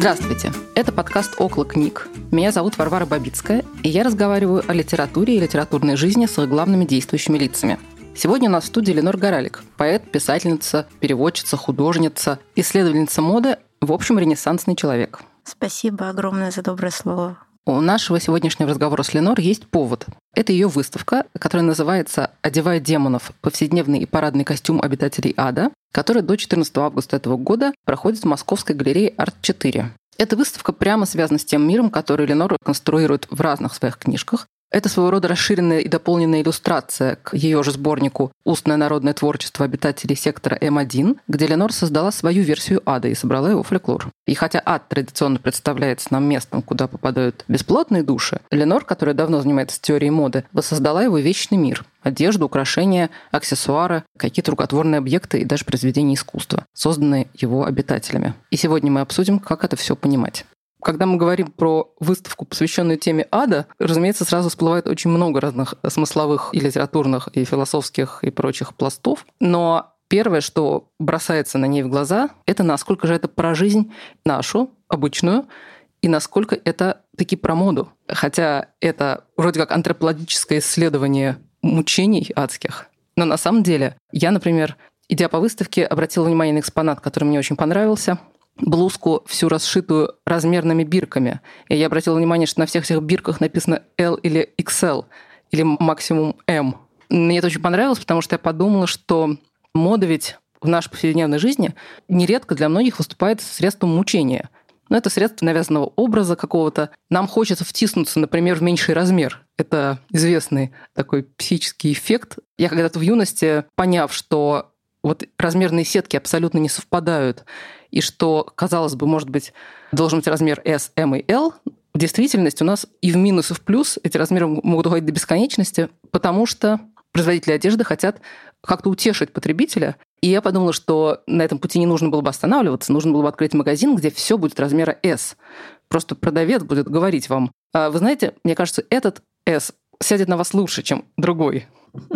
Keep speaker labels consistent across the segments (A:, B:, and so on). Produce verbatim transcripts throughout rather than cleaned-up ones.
A: Здравствуйте! Это подкаст «Около книг». Меня зовут Варвара Бабицкая, и я разговариваю о литературе и литературной жизни с их главными действующими лицами. Сегодня у нас в студии Ленор Горалик, поэт, писательница, переводчица, художница, исследовательница моды, в общем, ренессансный человек.
B: Спасибо огромное за доброе слово.
A: У нашего сегодняшнего разговора с Ленор есть повод. Это ее выставка, которая называется «Одевая демонов. Повседневный и парадный костюм обитателей ада», которая до четырнадцатого августа этого года проходит в Московской галерее арт четыре. Эта выставка прямо связана с тем миром, который Ленор конструирует в разных своих книжках. Это своего рода расширенная и дополненная иллюстрация к ее же сборнику «Устное народное творчество обитателей сектора эм один», где Ленор создала свою версию ада и собрала его фольклор. И хотя ад традиционно представляется нам местом, куда попадают бесплотные души, Ленор, которая давно занимается теорией моды, воссоздала его вечный мир – одежду, украшения, аксессуары, какие-то рукотворные объекты и даже произведения искусства, созданные его обитателями. И сегодня мы обсудим, как это все понимать. Когда мы говорим про выставку, посвященную теме ада, разумеется, сразу всплывает очень много разных смысловых и литературных, и философских, и прочих пластов. Но первое, что бросается на ней в глаза, это насколько же это про жизнь нашу, обычную, и насколько это таки про моду. Хотя это вроде как антропологическое исследование мучений адских. Но на самом деле я, например, идя по выставке, обратила внимание на экспонат, который мне очень понравился — блузку, всю расшитую размерными бирками. И я обратила внимание, что на всех этих бирках написано L или икс эл, или максимум M. Мне это очень понравилось, потому что я подумала, что мода ведь в нашей повседневной жизни нередко для многих выступает средством мучения. Но это средство навязанного образа какого-то. Нам хочется втиснуться, например, в меньший размер. Это известный такой психический эффект. Я когда-то в юности, поняв, что вот размерные сетки абсолютно не совпадают, и что, казалось бы, может быть, должен быть размер S, M и L, в действительности у нас и в минус, и в плюс эти размеры могут уходить до бесконечности, потому что производители одежды хотят как-то утешить потребителя. И я подумала, что на этом пути не нужно было бы останавливаться, нужно было бы открыть магазин, где все будет размера S. Просто продавец будет говорить вам: а вы знаете, мне кажется, этот S сядет на вас лучше, чем другой.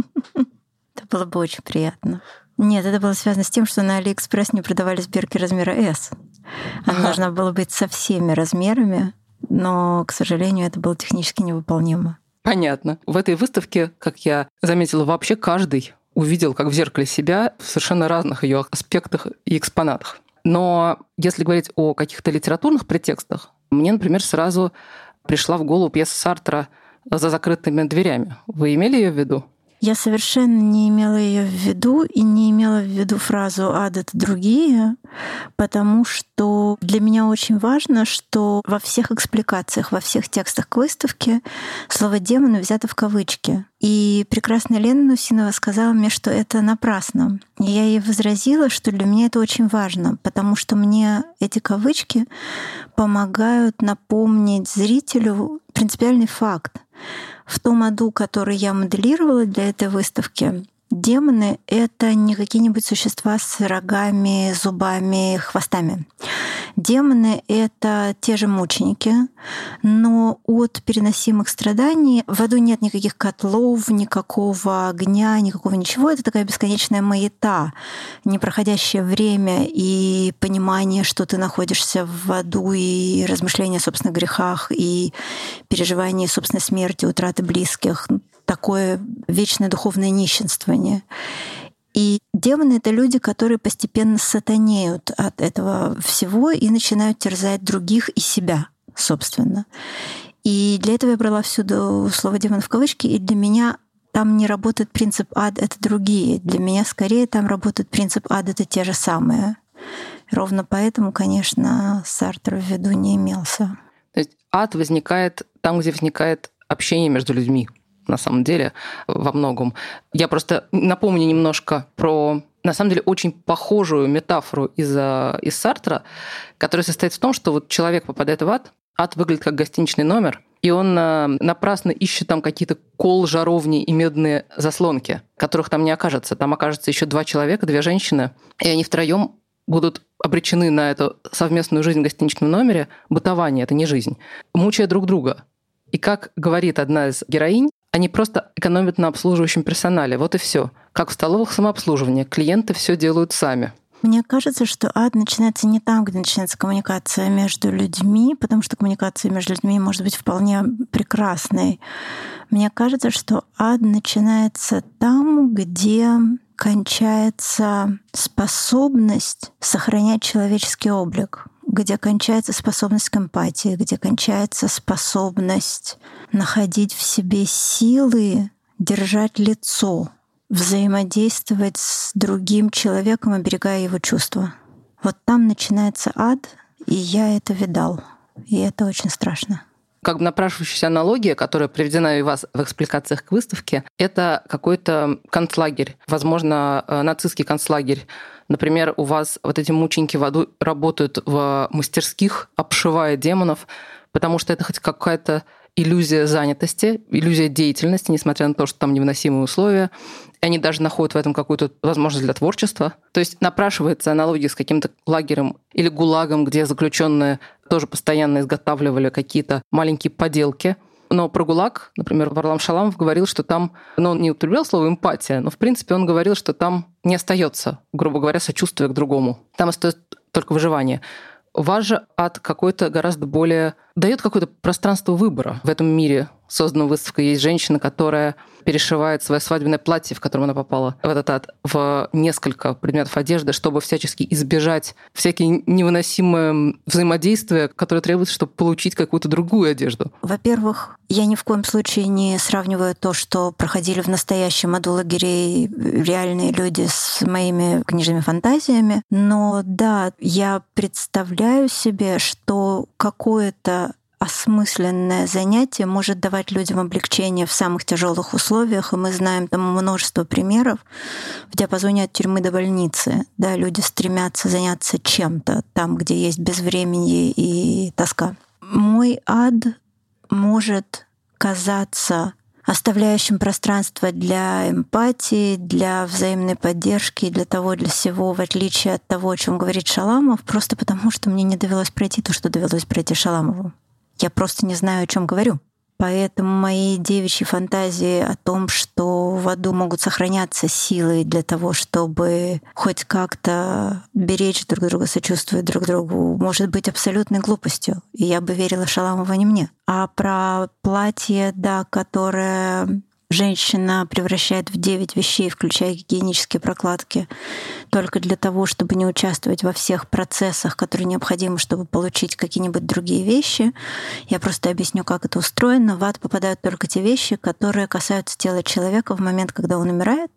B: Это было бы очень приятно. Нет, это было связано с тем, что на Алиэкспресс не продавались бирки размера S. Она ага. должна была быть со всеми размерами, но, к сожалению, это было технически невыполнимо.
A: Понятно. В этой выставке, как я заметила, вообще каждый увидел, как в зеркале себя, в совершенно разных ее аспектах и экспонатах. Но если говорить о каких-то литературных претекстах, мне, например, сразу пришла в голову пьеса Сартра «За закрытыми дверями». Вы имели ее в виду?
B: Я совершенно не имела ее в виду и не имела в виду фразу «ад — это другие», потому что для меня очень важно, что во всех экспликациях, во всех текстах к выставке слово «демоны» взято в кавычки. И прекрасная Лена Нусинова сказала мне, что это напрасно. И я ей возразила, что для меня это очень важно, потому что мне эти кавычки помогают напомнить зрителю принципиальный факт. В том аду, который я моделировала для этой выставки, демоны — это не какие-нибудь существа с рогами, зубами, хвостами. Демоны — это те же мученики, но от переносимых страданий в аду нет никаких котлов, никакого огня, никакого ничего. Это такая бесконечная маята, непроходящее время и понимание, что ты находишься в аду, и размышления о собственных грехах, и переживание собственной смерти, утраты близких. Такое вечное духовное нищенствование. И демоны — это люди, которые постепенно сатанеют от этого всего и начинают терзать других и себя, собственно. И для этого я брала всюду слово «демон» в кавычки, и для меня там не работает принцип «ад» — это другие. Для меня скорее там работает принцип «ад» — это те же самые. Ровно поэтому, конечно, Сартр в виду не имелся.
A: То есть ад возникает там, где возникает общение между людьми. На самом деле, во многом. Я просто напомню немножко про, на самом деле, очень похожую метафору из, из Сартра, которая состоит в том, что вот человек попадает в ад, ад выглядит как гостиничный номер, и он напрасно ищет там какие-то кол, жаровни и медные заслонки, которых там не окажется. Там окажется еще два человека, две женщины, и они втроем будут обречены на эту совместную жизнь в гостиничном номере. Бытование — это не жизнь. Мучая друг друга. И как говорит одна из героинь, они просто экономят на обслуживающем персонале. Вот и все. Как в столовых самообслуживания. Клиенты все делают сами.
B: Мне кажется, что ад начинается не там, где начинается коммуникация между людьми, потому что коммуникация между людьми может быть вполне прекрасной. Мне кажется, что ад начинается там, где кончается способность сохранять человеческий облик, где кончается способность к эмпатии, где кончается способность находить в себе силы, держать лицо, взаимодействовать с другим человеком, оберегая его чувства. Вот там начинается ад, и я это видал. И это очень страшно.
A: Как бы напрашивающаяся аналогия, которая приведена и у вас в экспликациях к выставке, это какой-то концлагерь, возможно, нацистский концлагерь. Например, у вас вот эти мученики в аду работают в мастерских, обшивая демонов, потому что это хоть какая-то иллюзия занятости, иллюзия деятельности, несмотря на то, что там невыносимые условия. И они даже находят в этом какую-то возможность для творчества. То есть напрашивается аналогия с каким-то лагерем или гулагом, где заключенные тоже постоянно изготавливали какие-то маленькие поделки. Но про ГУЛАГ, например, Варлам Шаламов говорил, что там, ну, он не употреблял слово «эмпатия», но, в принципе, он говорил, что там не остается, грубо говоря, сочувствия к другому. Там остается только выживание. У вас же ад какой-то гораздо более... дает какое-то пространство выбора. В этом мире, созданном выставкой, есть женщина, которая перешивает свое свадебное платье, в котором она попала в этот ад, в несколько предметов одежды, чтобы всячески избежать всякие невыносимые взаимодействия, которые требуются, чтобы получить какую-то другую одежду.
B: Во-первых, я ни в коем случае не сравниваю то, что проходили в настоящем аду лагерей реальные люди с моими книжными фантазиями. Но да, я представляю себе, что какое-то осмысленное занятие может давать людям облегчение в самых тяжелых условиях, и мы знаем там множество примеров в диапазоне от тюрьмы до больницы. Да, люди стремятся заняться чем-то там, где есть безвременье и тоска. Мой ад может казаться оставляющим пространство для эмпатии, для взаимной поддержки, для того, для всего, в отличие от того, о чем говорит Шаламов, просто потому, что мне не довелось пройти то, что довелось пройти Шаламову. Я просто не знаю, о чем говорю. Поэтому мои девичьи фантазии о том, что в аду могут сохраняться силы для того, чтобы хоть как-то беречь друг друга, сочувствовать друг другу, может быть абсолютной глупостью. И я бы верила Шаламову, а не мне. А про платье, да, которое женщина превращает в девять вещей, включая гигиенические прокладки, только для того, чтобы не участвовать во всех процессах, которые необходимы, чтобы получить какие-нибудь другие вещи. Я просто объясню, как это устроено. В ад попадают только те вещи, которые касаются тела человека в момент, когда он умирает.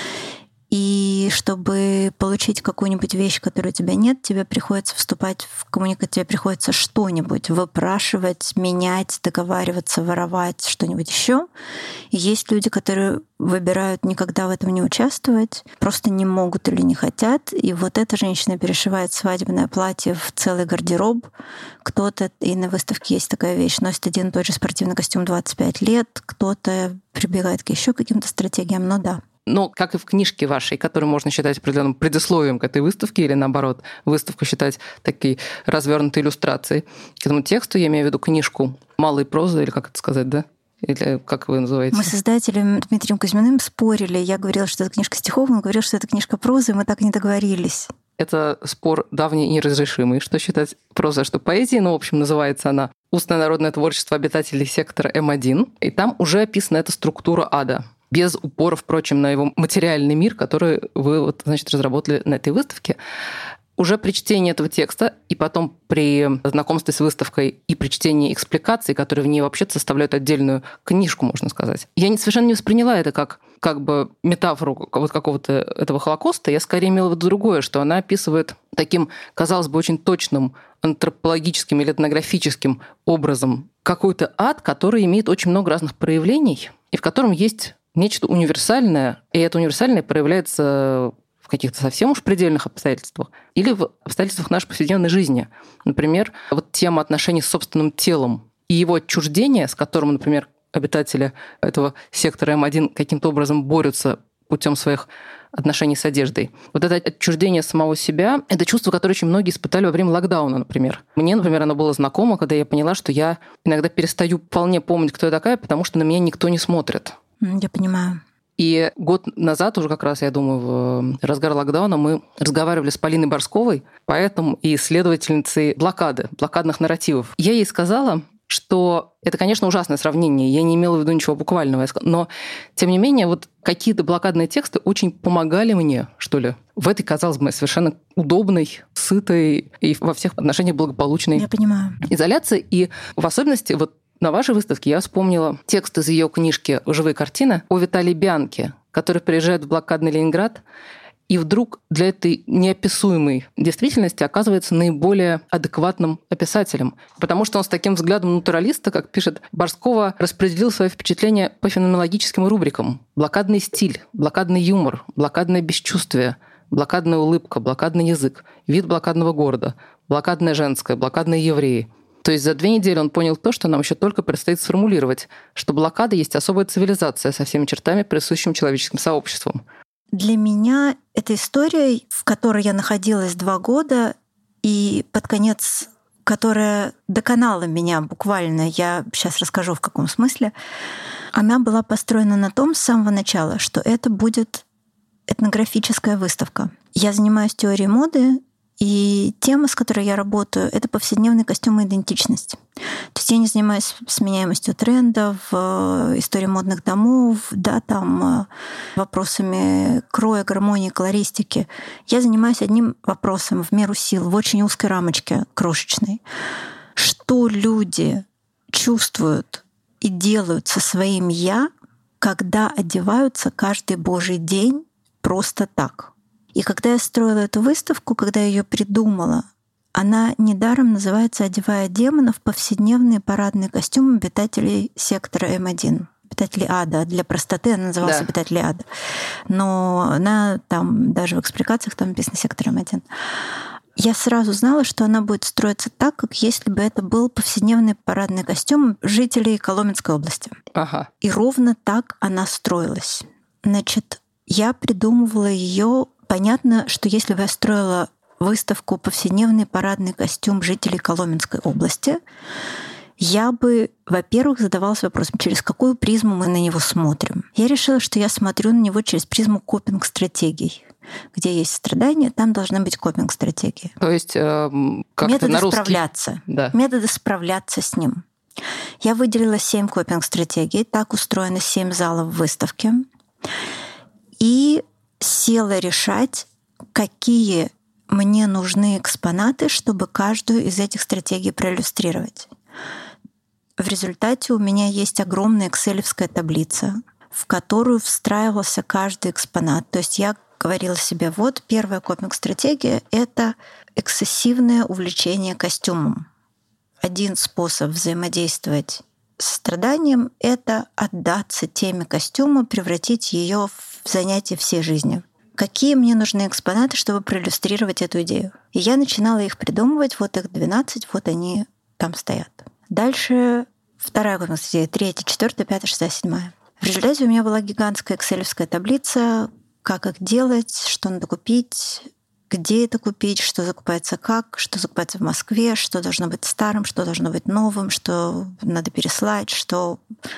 B: И чтобы получить какую-нибудь вещь, которой у тебя нет, тебе приходится вступать в коммуникацию, тебе приходится что-нибудь выпрашивать, менять, договариваться, воровать, что-нибудь еще. И есть люди, которые выбирают никогда в этом не участвовать, просто не могут или не хотят. И вот эта женщина перешивает свадебное платье в целый гардероб. Кто-то, и на выставке есть такая вещь, носит один и тот же спортивный костюм двадцать пять лет, кто-то прибегает к еще каким-то стратегиям, но да.
A: Но, как и в книжке вашей, которую можно считать определенным предисловием к этой выставке, или наоборот, выставку считать такой развернутой иллюстрацией к этому тексту, я имею в виду книжку малой прозы, или как это сказать, да? Или как вы называете?
B: Мы с издателем Дмитрием Кузьминым спорили. Я говорила, что это книжка стихов, он говорил, что это книжка прозы, и мы так и не договорились.
A: Это спор давний и неразрешимый. Что считать прозой, что поэзией? Ну, в общем, называется она «Устное народное творчество обитателей сектора эм один». И там уже описана эта структура ада, без упора, впрочем, на его материальный мир, который вы, вот, значит, разработали на этой выставке. Уже при чтении этого текста и потом при знакомстве с выставкой и при чтении экспликаций, которые в ней вообще-то составляют отдельную книжку, можно сказать, я совершенно не восприняла это как, как бы метафору вот какого-то этого Холокоста. Я скорее имела в виду другое, что она описывает таким, казалось бы, очень точным антропологическим или этнографическим образом какой-то ад, который имеет очень много разных проявлений и в котором есть нечто универсальное, и это универсальное проявляется в каких-то совсем уж предельных обстоятельствах или в обстоятельствах нашей повседневной жизни. Например, вот тема отношений с собственным телом и его отчуждение, с которым, например, обитатели этого сектора эм один каким-то образом борются путем своих отношений с одеждой. Вот это отчуждение самого себя — это чувство, которое очень многие испытали во время локдауна, например. Мне, например, оно было знакомо, когда я поняла, что я иногда перестаю вполне помнить, кто я такая, потому что на меня никто не смотрит.
B: Я понимаю.
A: И год назад уже как раз, я думаю, в разгар локдауна мы разговаривали с Полиной Борсковой, поэтом и исследовательницей блокады, блокадных нарративов. Я ей сказала, что это, конечно, ужасное сравнение, я не имела в виду ничего буквального, но, тем не менее, вот какие-то блокадные тексты очень помогали мне, что ли, в этой, казалось бы, совершенно удобной, сытой и во всех отношениях благополучной
B: я понимаю.
A: изоляции. И в особенности вот на вашей выставке я вспомнила текст из ее книжки «Живые картины» о Виталии Бианке, который приезжает в блокадный Ленинград, и вдруг для этой неописуемой действительности оказывается наиболее адекватным описателем. Потому что он с таким взглядом натуралиста, как пишет Борскова, распределил свои впечатления по феноменологическим рубрикам. Блокадный стиль, блокадный юмор, блокадное бесчувствие, блокадная улыбка, блокадный язык, вид блокадного города, блокадное женское, блокадные евреи. То есть за две недели он понял то, что нам еще только предстоит сформулировать, что блокада есть особая цивилизация со всеми чертами, присущими человеческим сообществам.
B: Для меня эта история, в которой я находилась два года, и под конец, которая доконала меня буквально, я сейчас расскажу в каком смысле, она была построена на том с самого начала, что это будет этнографическая выставка. Я занимаюсь теорией моды, и тема, с которой я работаю, это повседневный костюм и идентичность. То есть я не занимаюсь сменяемостью трендов, историей модных домов, да, там, вопросами кроя, гармонии, колористики. Я занимаюсь одним вопросом в меру сил, в очень узкой рамочке, крошечной. Что люди чувствуют и делают со своим «я», когда одеваются каждый божий день просто так. И когда я строила эту выставку, когда я ее придумала, она недаром называется «Одевая демонов. Повседневные парадные костюмы обитателей сектора Эм один». Обитатели ада. Для простоты она называлась да. «Обитатели ада». Но она там, даже в экспликациях там написано «Сектор Эм один». Я сразу знала, что она будет строиться так, как если бы это был повседневный парадный костюм жителей Коломенской области.
A: Ага.
B: И ровно так она строилась. Значит, я придумывала ее. Понятно, что если бы я строила выставку «Повседневный парадный костюм жителей Коломенской области», я бы, во-первых, задавалась вопросом, через какую призму мы на него смотрим. Я решила, что я смотрю на него через призму копинг-стратегий. Где есть страдания, там должны быть копинг-стратегии.
A: То есть э, как-то
B: методы
A: на русский...
B: справляться.
A: Да.
B: Методы справляться с ним. Я выделила семь копинг-стратегий. Так устроено семь залов выставки. И села решать, какие мне нужны экспонаты, чтобы каждую из этих стратегий проиллюстрировать. В результате у меня есть огромная экселевская таблица, в которую встраивался каждый экспонат. То есть я говорила себе, вот первая копинг-стратегия — это эксцессивное увлечение костюмом. Один способ взаимодействовать с страданием — это отдаться теме костюма, превратить ее в занятие всей жизни. Какие мне нужны экспонаты, чтобы проиллюстрировать эту идею? И я начинала их придумывать, вот их двенадцать, вот они там стоят. Дальше вторая копинг-стратегия, третья, четвертая, пятая, шестая, седьмая. В результате у меня была гигантская экселевская таблица, как их делать, что надо купить, где это купить, что закупается как, что закупается в Москве, что должно быть старым, что должно быть новым, что надо переслать, что...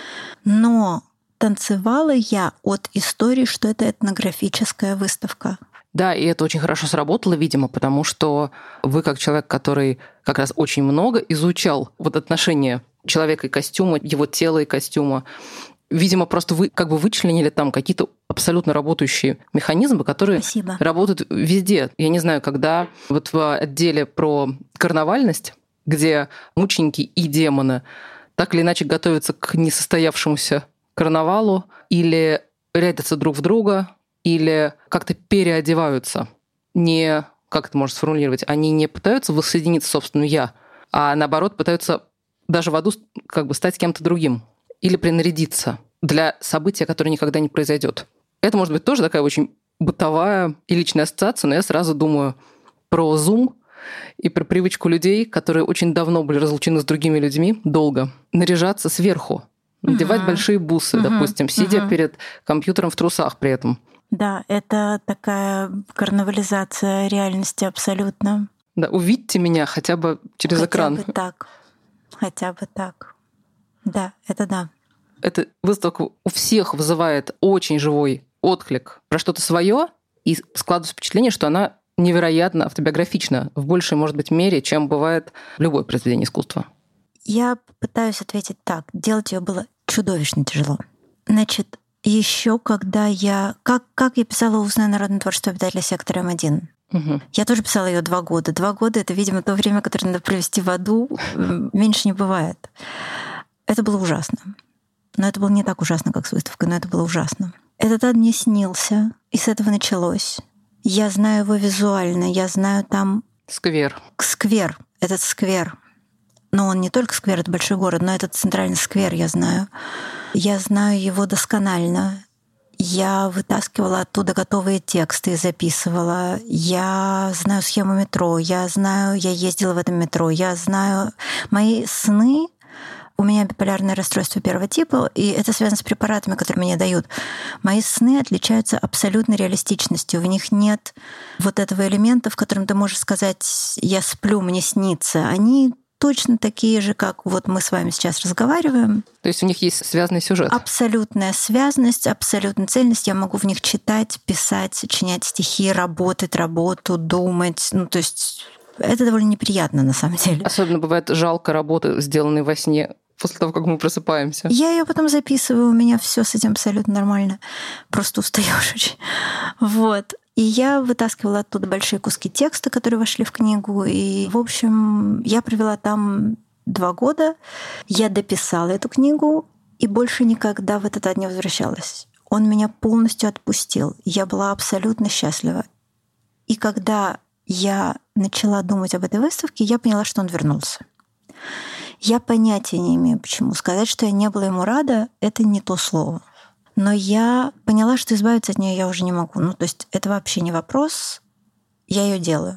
B: Но танцевала я от истории, что это этнографическая выставка.
A: Да, и это очень хорошо сработало, видимо, потому что вы, как человек, который как раз очень много изучал вот отношения человека и костюма, его тела и костюма, видимо, просто вы как бы вычленили там какие-то абсолютно работающие механизмы, которые
B: Спасибо.
A: Работают везде. Я не знаю, когда вот в отделе про карнавальность, где мученики и демоны так или иначе готовятся к несостоявшемуся карнавалу или рядятся друг в друга, или как-то переодеваются. Не, как это можно сформулировать, они не пытаются воссоединиться с собственным «я», а наоборот пытаются даже в аду как бы стать кем-то другим или принарядиться для события, которое никогда не произойдет. Это может быть тоже такая очень бытовая и личная ассоциация, но я сразу думаю про Zoom и про привычку людей, которые очень давно были разлучены с другими людьми, долго, наряжаться сверху, надевать uh-huh. большие бусы, uh-huh. допустим, сидя uh-huh. перед компьютером в трусах при этом.
B: Да, это такая карнавализация реальности абсолютно.
A: Да, увидьте меня хотя бы через
B: хотя
A: экран.
B: Хотя бы так. Хотя бы так. Да, это да.
A: эта выставка у всех вызывает очень живой отклик про что-то свое, и складывается впечатление, что она невероятно автобиографична в большей, может быть, мере, чем бывает в любое произведение искусства.
B: Я пытаюсь ответить так. Делать ее было чудовищно тяжело. Значит, еще когда я... Как, как я писала устное народное творчество обитателя сектора М один? Угу. Я тоже писала ее два года. Два года — это, видимо, то время, которое надо провести в аду. Меньше не бывает. Это было ужасно. Но это было не так ужасно, как с выставкой, но это было ужасно. Этот ад мне снился, и с этого началось. Я знаю его визуально, я знаю там...
A: Сквер.
B: Сквер. Этот сквер. Но он не только сквер, это большой город, но этот центральный сквер я знаю. Я знаю его досконально. Я вытаскивала оттуда готовые тексты и записывала. Я знаю схему метро, я знаю, я ездила в этом метро, я знаю мои сны. У меня биполярное расстройство первого типа, и это связано с препаратами, которые мне дают. Мои сны отличаются абсолютной реалистичностью. В них нет вот этого элемента, в котором ты можешь сказать «я сплю, мне снится». Они точно такие же, как вот мы с вами сейчас разговариваем.
A: То есть у них есть связанный сюжет?
B: Абсолютная связность, абсолютная цельность. Я могу в них читать, писать, сочинять стихи, работать, работу, думать. Ну, то есть это довольно неприятно на самом деле.
A: Особенно бывает жалко работы, сделанной во сне, после того, как мы просыпаемся.
B: Я ее потом записываю, у меня все с этим абсолютно нормально. Просто устаешь очень. Вот. И я вытаскивала оттуда большие куски текста, которые вошли в книгу. И, в общем, я провела там два года. Я дописала эту книгу и больше никогда в этот ад не возвращалась. Он меня полностью отпустил. Я была абсолютно счастлива. И когда я начала думать об этой выставке, я поняла, что он вернулся. Я понятия не имею, почему. Сказать, что я не была ему рада, это не то слово. Но я поняла, что избавиться от нее я уже не могу. Ну, то есть это вообще не вопрос. Я ее делаю.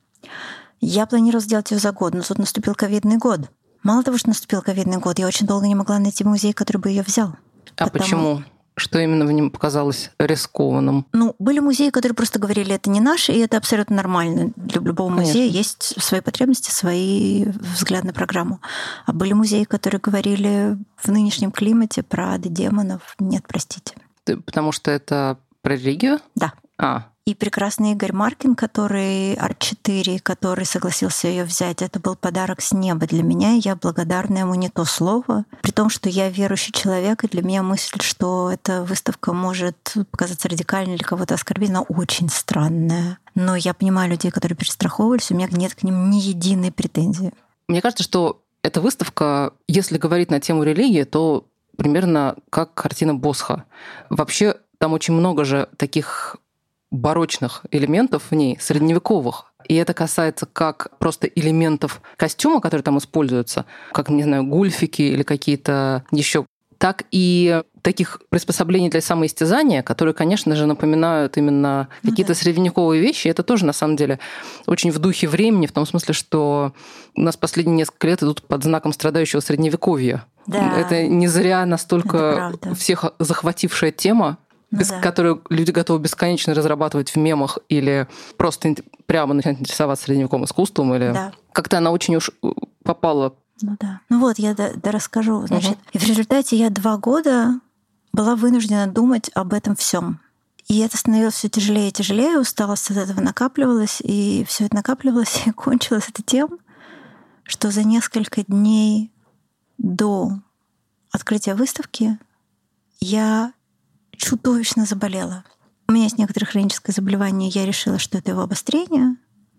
B: Я планировала сделать ее за год, но тут наступил ковидный год. Мало того, что наступил ковидный год, я очень долго не могла найти музей, который бы ее взял.
A: А потому... почему? Что именно в нем показалось рискованным?
B: Ну, были музеи, которые просто говорили, это не наше, и это абсолютно нормально. Для любого музея Конечно. Есть свои потребности, свои взгляды на программу. А были музеи, которые говорили в нынешнем климате про ады демонов. Нет, простите.
A: Потому что это про религию?
B: Да.
A: А.
B: И прекрасный Игорь Маркин, который арт четыре, который согласился ее взять, это был подарок с неба для меня, и я благодарна ему не то слово. При том, что я верующий человек, и для меня мысль, что эта выставка может показаться радикальной или кого-то оскорбить, она очень странная. Но я понимаю людей, которые перестраховывались, у меня нет к ним ни единой претензии.
A: Мне кажется, что эта выставка, если говорить на тему религии, то примерно как картина Босха. Вообще там очень много же таких барочных элементов в ней, средневековых. И это касается как просто элементов костюма, которые там используются, как, не знаю, гульфики или какие-то еще, так и таких приспособлений для самоистязания, которые, конечно же, напоминают именно ну, какие-то да. средневековые вещи. Это тоже, на самом деле, очень в духе времени, в том смысле, что у нас последние несколько лет идут под знаком страдающего средневековья. Да. Это не зря настолько всех захватившая тема, Ну, да. которую люди готовы бесконечно разрабатывать в мемах или просто прямо начинать интересоваться средневековым искусством. Или... Да. Как-то она очень уж попала.
B: Ну да. Ну вот, я да, да расскажу. Значит, угу. И в результате я два года была вынуждена думать об этом всем. И это становилось все тяжелее и тяжелее, усталость от этого накапливалась, и все это накапливалось, и кончилось это тем, что за несколько дней до открытия выставки я чудовищно заболела. У меня есть некоторое хроническое заболевание, я решила, что это его обострение.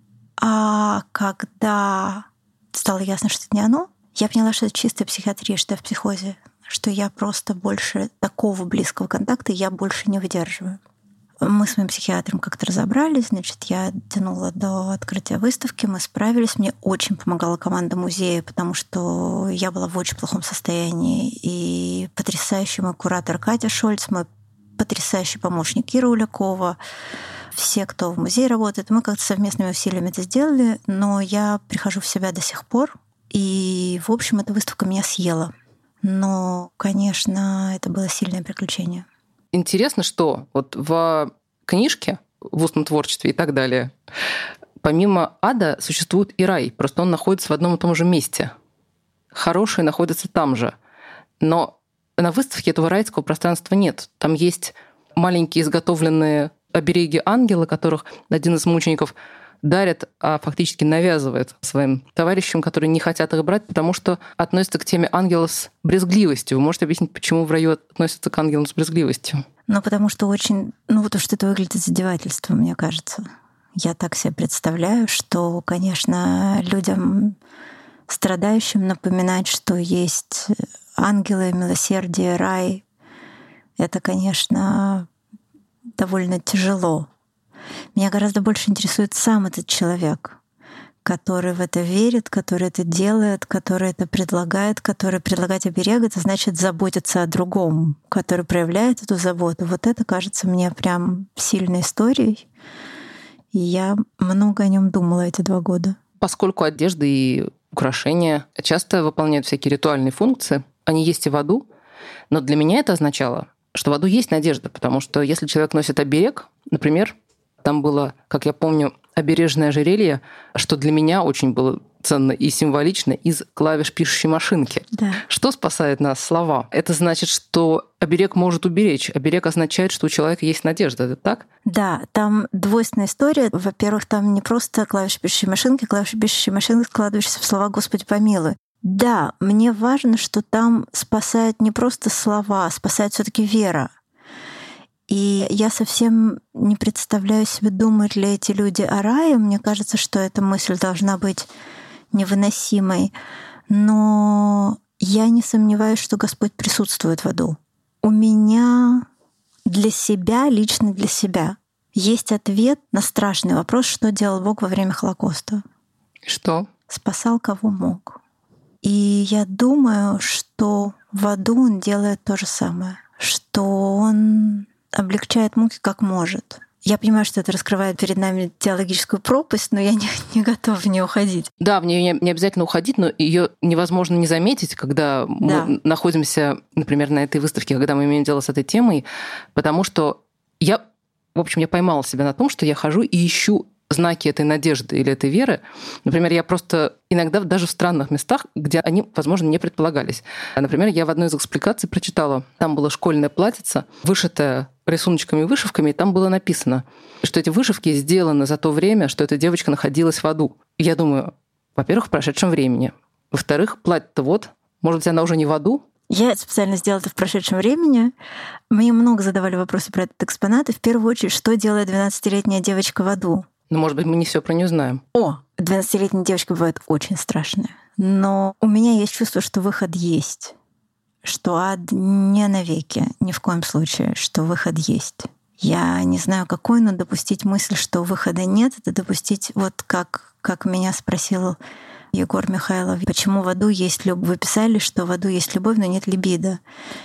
B: А когда стало ясно, что это не оно, я поняла, что это чистая психиатрия, что я в психозе, что я просто больше такого близкого контакта я больше не выдерживаю. Мы с моим психиатром как-то разобрались, значит, я тянула до открытия выставки, мы справились. Мне очень помогала команда музея, потому что я была в очень плохом состоянии. И потрясающий мой куратор Катя Шольц, мой потрясающий помощник Ира Улякова, все, кто в музее работает, мы как-то совместными усилиями это сделали, но я прихожу в себя до сих пор. И, в общем, эта выставка меня съела. Но, конечно, это было сильное приключение.
A: Интересно, что вот в книжке, в устном творчестве и так далее, помимо ада существует и рай, просто он находится в одном и том же месте. Хорошие находятся там же. Но На выставке этого райского пространства нет. Там есть маленькие изготовленные обереги ангела, которых один из мучеников дарит, а фактически навязывает своим товарищам, которые не хотят их брать, потому что относятся к теме ангелов с брезгливостью. Вы можете объяснить, почему в раю относятся к ангелам с брезгливостью?
B: Ну, потому что очень... Ну, потому что это выглядит издевательством, мне кажется. Я так себе представляю, что, конечно, людям, страдающим, напоминать, что есть ангелы, милосердие, рай, это, конечно, довольно тяжело. Меня гораздо больше интересует сам этот человек, который в это верит, который это делает, который это предлагает, который предлагать оберег — это значит заботиться о другом, который проявляет эту заботу. Вот это кажется мне прям сильной историей. И я много о нем думала эти два года.
A: Поскольку одежда и украшения часто выполняют всякие ритуальные функции, они есть и в аду, но для меня это означало, что в аду есть надежда, потому что если человек носит оберег, например, там было, как я помню, обережное ожерелье, что для меня очень было ценно и символично, из клавиш пишущей машинки.
B: Да.
A: Что спасает нас? Слова. Это значит, что оберег может уберечь. Оберег означает, что у человека есть надежда. Это так?
B: Да, там двойственная история. Во-первых, там не просто клавиши пишущей машинки, клавиши пишущей машинки, складывающиеся в слова «Господи помилуй». Да, мне важно, что там спасает не просто слова, спасает все-таки вера. И я совсем не представляю себе, думают ли эти люди о рае. Мне кажется, что эта мысль должна быть невыносимой. Но я не сомневаюсь, что Господь присутствует в аду. У меня для себя, лично для себя, есть ответ на страшный вопрос, что делал Бог во время Холокоста.
A: Что?
B: Спасал, кого мог. И я думаю, что в аду Он делает то же самое, что Он облегчает муки как может. Я понимаю, что это раскрывает перед нами теологическую пропасть, но я не, не готова в нее уходить.
A: Да, в нее не, не обязательно уходить, но ее невозможно не заметить, когда да. мы находимся, например, на этой выставке, когда мы имеем дело с этой темой, потому что я, в общем, я поймала себя на том, что я хожу и ищу знаки этой надежды или этой веры. Например, я просто иногда даже в странных местах, где они, возможно, не предполагались. Например, я в одной из экспликаций прочитала, там было школьное платьице, вышитое рисуночками и вышивками, и там было написано, что эти вышивки сделаны за то время, что эта девочка находилась в аду. И я думаю, во-первых, в прошедшем времени. Во-вторых, платье-то вот, может быть, она уже не в аду?
B: Я специально сделала это в прошедшем времени. Мне много задавали вопросы про этот экспонат, и в первую очередь, что делает двенадцатилетняя девочка в аду?
A: Ну, может быть, мы не все про нее знаем.
B: О, двенадцатилетняя девочка бывает очень страшная. Но у меня есть чувство, что выход есть. Что ад не навеки, ни в коем случае, что выход есть. Я не знаю, какой, но допустить мысль, что выхода нет, это допустить, вот как, как меня спросил Егор Михайлов, почему в аду есть любовь. Вы писали, что в аду есть любовь, но нет либидо.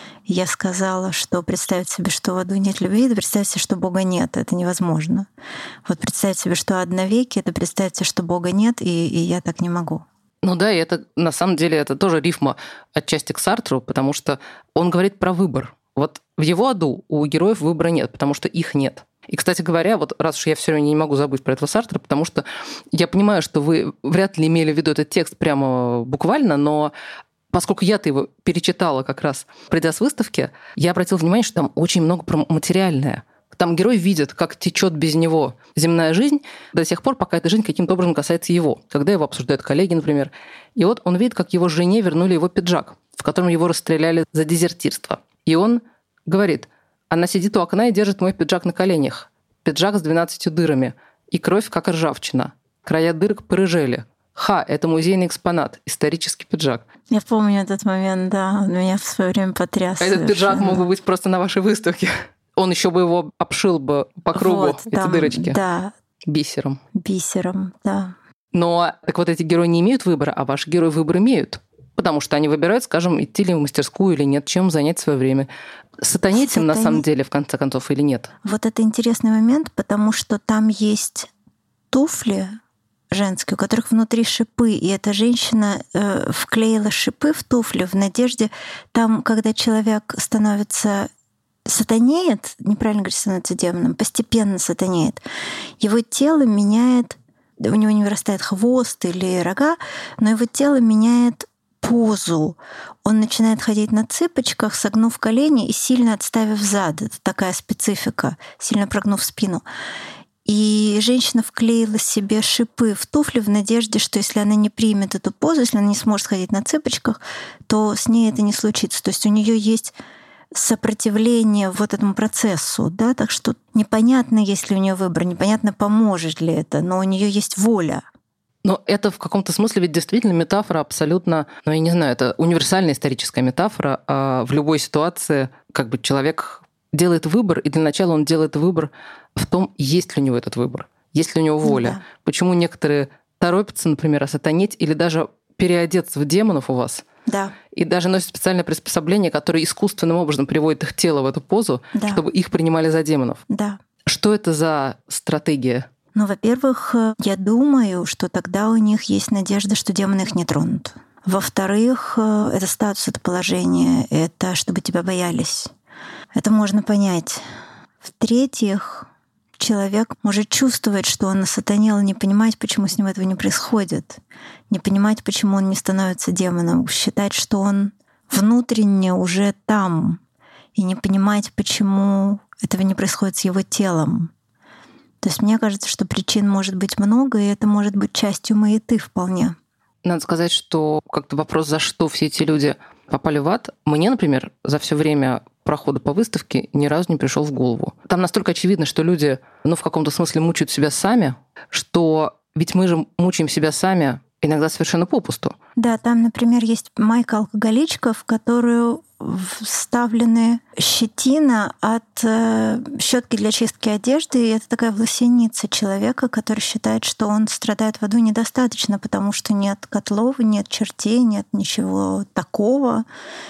B: Я сказала, что представить себе, что в аду нет любви, это представить себе, что Бога нет. Это невозможно. Вот представить себе, что ад навеки, это представить себе, что Бога нет, и, и я так не могу.
A: Ну да, и это на самом деле это тоже рифма отчасти к Сартру, потому что он говорит про выбор. Вот в его аду у героев выбора нет, потому что их нет. И, кстати говоря, вот раз уж я все равно не могу забыть про этого Сартра, потому что я понимаю, что вы вряд ли имели в виду этот текст прямо буквально, но поскольку я-то его перечитала как раз, придя с выставки, я обратила внимание, что там очень много про материальное. Там герой видит, как течет без него земная жизнь до тех пор, пока эта жизнь каким-то образом касается его. Когда его обсуждают коллеги, например. И вот он видит, как его жене вернули его пиджак, в котором его расстреляли за дезертирство. И он говорит, она сидит у окна и держит мой пиджак на коленях. Пиджак с двенадцатью дырами. И кровь, как ржавчина. Края дырок порыжели. Ха, это музейный экспонат, исторический пиджак.
B: Я помню этот момент, да, он меня в свое время потряс.
A: А этот пиджак мог бы быть просто на вашей выставке. Он еще бы его обшил бы по кругу,
B: вот,
A: эти
B: там,
A: дырочки.
B: Да.
A: Бисером.
B: Бисером, да.
A: Но так вот эти герои не имеют выбора, а ваши герои выбор имеют. Потому что они выбирают, скажем, идти ли в мастерскую или нет, чем занять свое время. Сатанить им на самом деле, в конце концов, или нет?
B: Вот это интересный момент, потому что там есть туфли женские, у которых внутри шипы, и эта женщина э, вклеила шипы в туфли в надежде, там, когда человек становится сатанеет, неправильно говорить, становится демоном, постепенно сатанеет, его тело меняет, у него не вырастает хвост или рога, но его тело меняет позу. Он начинает ходить на цыпочках, согнув колени и сильно отставив зад. Это такая специфика, сильно прогнув спину. И женщина вклеила себе шипы в туфли в надежде, что если она не примет эту позу, если она не сможет ходить на цыпочках, то с ней это не случится. То есть у нее есть сопротивление вот этому процессу, да, так что непонятно, есть ли у нее выбор, непонятно, поможет ли это, но у нее есть воля.
A: Но это в каком-то смысле ведь действительно метафора абсолютно, ну я не знаю, это универсальная историческая метафора. А в любой ситуации как бы человек делает выбор, и для начала он делает выбор в том, есть ли у него этот выбор, есть ли у него воля. Да. Почему некоторые торопятся, например, осатанеть или даже переодеться в демонов у вас,
B: да.
A: И даже носят специальное приспособление, которое искусственным образом приводит их тело в эту позу, да. Чтобы их принимали за демонов.
B: Да.
A: Что это за стратегия?
B: Ну, во-первых, я думаю, что тогда у них есть надежда, что демоны их не тронут. Во-вторых, это статус, это положение, это чтобы тебя боялись. Это можно понять. В-третьих, человек может чувствовать, что он осатанел, не понимать, почему с ним этого не происходит, не понимать, почему он не становится демоном, считать, что он внутренне уже там, и не понимать, почему этого не происходит с его телом. То есть мне кажется, что причин может быть много, и это может быть частью маяты вполне.
A: Надо сказать, что как-то вопрос, за что все эти люди попали в ад, мне, например, за все время прохода по выставке ни разу не пришел в голову. Там настолько очевидно, что люди, ну, в каком-то смысле мучают себя сами, что ведь мы же мучаем себя сами иногда совершенно попусту.
B: Да, там, например, есть майка-алкоголичка, в которую вставлены щетина от щетки для чистки одежды, и это такая власеница человека, который считает, что он страдает в аду недостаточно, потому что нет котлов, нет чертей, нет ничего такого,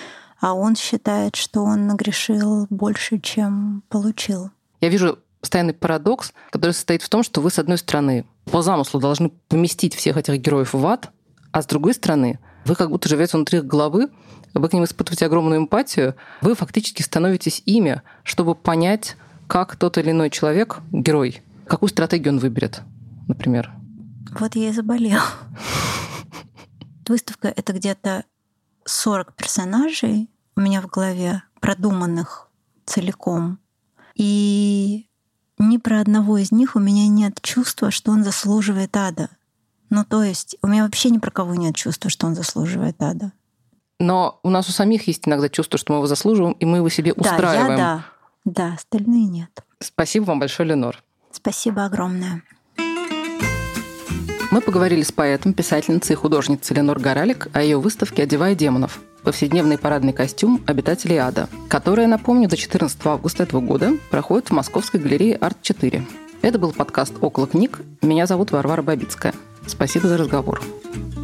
B: а он считает, что он нагрешил больше, чем получил.
A: Я вижу постоянный парадокс, который состоит в том, что вы, с одной стороны, по замыслу должны поместить всех этих героев в ад, а с другой стороны, вы как будто живете внутри их головы, вы к ним испытываете огромную эмпатию, вы фактически становитесь ими, чтобы понять, как тот или иной человек, герой, какую стратегию он выберет, например.
B: Вот я и заболела. Выставка — это где-то сорок персонажей у меня в голове, продуманных целиком. И ни про одного из них у меня нет чувства, что он заслуживает ада. Ну, то есть у меня вообще ни про кого нет чувства, что он заслуживает ада.
A: Но у нас у самих есть иногда чувство, что мы его заслуживаем, и мы его себе устраиваем.
B: Да, я да. Да, остальные нет.
A: Спасибо вам большое, Ленор.
B: Спасибо огромное.
A: Мы поговорили с поэтом, писательницей и художницей Ленор Горалик о ее выставке «Одевая демонов. Повседневный парадный костюм обитателей ада», которая, напомню, до четырнадцатого августа этого года проходит в Московской галерее арт четыре. Это был подкаст «Около книг». Меня зовут Варвара Бабицкая. Спасибо за разговор.